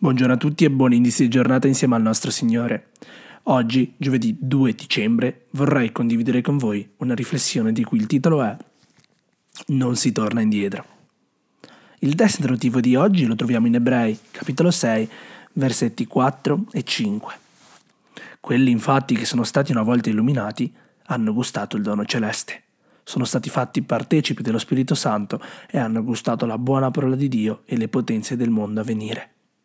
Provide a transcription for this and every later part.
Buongiorno a tutti e buoni indizi di giornata insieme al nostro Signore. Oggi, giovedì 2 dicembre, vorrei condividere con voi una riflessione di cui il titolo è Non si torna indietro. Il testo introduttivo di oggi lo troviamo in Ebrei, capitolo 6, versetti 4 e 5. Quelli infatti che sono stati una volta illuminati hanno gustato il dono celeste. Sono stati fatti partecipi dello Spirito Santo e hanno gustato la buona parola di Dio e le potenze del mondo a venire.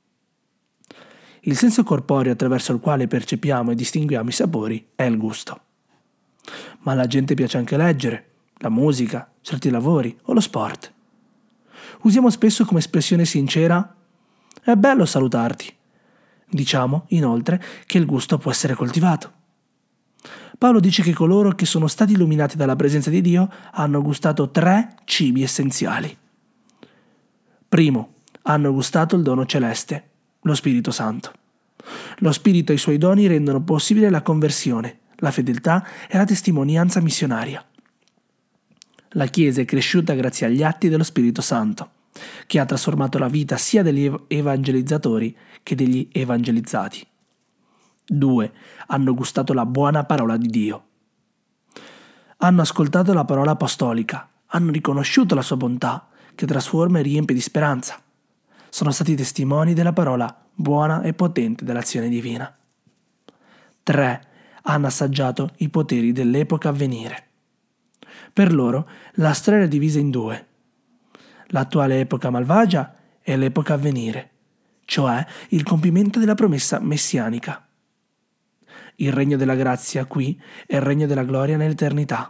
Il senso corporeo attraverso il quale percepiamo e distinguiamo i sapori è il gusto. Ma alla gente piace anche leggere, la musica, certi lavori o lo sport. Usiamo spesso come espressione sincera «è bello salutarti». Diciamo, inoltre, che il gusto può essere coltivato. Paolo dice che coloro che sono stati illuminati dalla presenza di Dio hanno gustato 3 cibi essenziali. Primo, hanno gustato il dono celeste, lo Spirito Santo. Lo Spirito e i suoi doni rendono possibile la conversione, la fedeltà e la testimonianza missionaria. La Chiesa è cresciuta grazie agli atti dello Spirito Santo, che ha trasformato la vita sia degli evangelizzatori che degli evangelizzati. 2. Hanno gustato la buona parola di Dio. Hanno ascoltato la parola apostolica, hanno riconosciuto la sua bontà, che trasforma e riempie di speranza. Sono stati testimoni della parola buona e potente dell'azione divina. 3. Hanno assaggiato i poteri dell'epoca a venire. Per loro la storia è divisa in 2. L'attuale epoca malvagia e l'epoca a venire, cioè il compimento della promessa messianica. Il regno della grazia qui è il regno della gloria nell'eternità.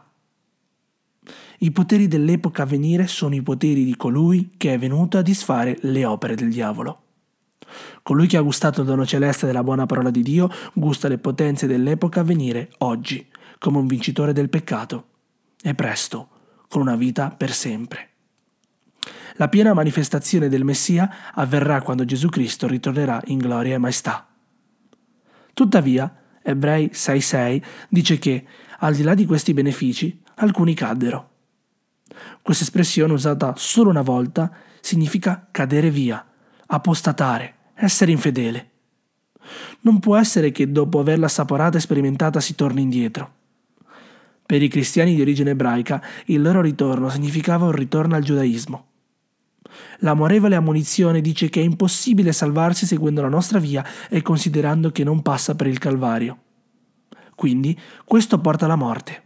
I poteri dell'epoca a venire sono i poteri di colui che è venuto a disfare le opere del diavolo. Colui che ha gustato il dono celeste della buona parola di Dio gusta le potenze dell'epoca a venire oggi, come un vincitore del peccato, e presto, con una vita per sempre. La piena manifestazione del Messia avverrà quando Gesù Cristo ritornerà in gloria e maestà. Tuttavia, Ebrei 6,6 dice che, al di là di questi benefici, alcuni caddero. Questa espressione usata solo una volta significa cadere via, apostatare, essere infedele. Non può essere che dopo averla assaporata e sperimentata si torni indietro. Per i cristiani di origine ebraica il loro ritorno significava un ritorno al giudaismo. L'amorevole ammonizione dice che è impossibile salvarsi seguendo la nostra via e considerando che non passa per il Calvario. Quindi questo porta alla morte.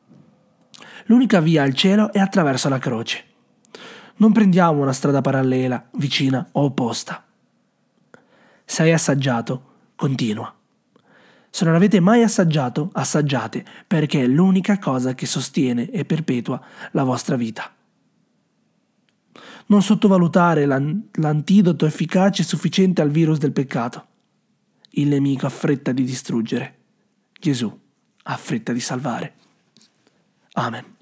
L'unica via al cielo è attraverso la croce. Non prendiamo una strada parallela, vicina o opposta. Se hai assaggiato, continua. Se non avete mai assaggiato, assaggiate, perché è l'unica cosa che sostiene e perpetua la vostra vita. Non sottovalutare l'antidoto efficace e sufficiente al virus del peccato. Il nemico ha fretta di distruggere. Gesù ha fretta di salvare. Amen.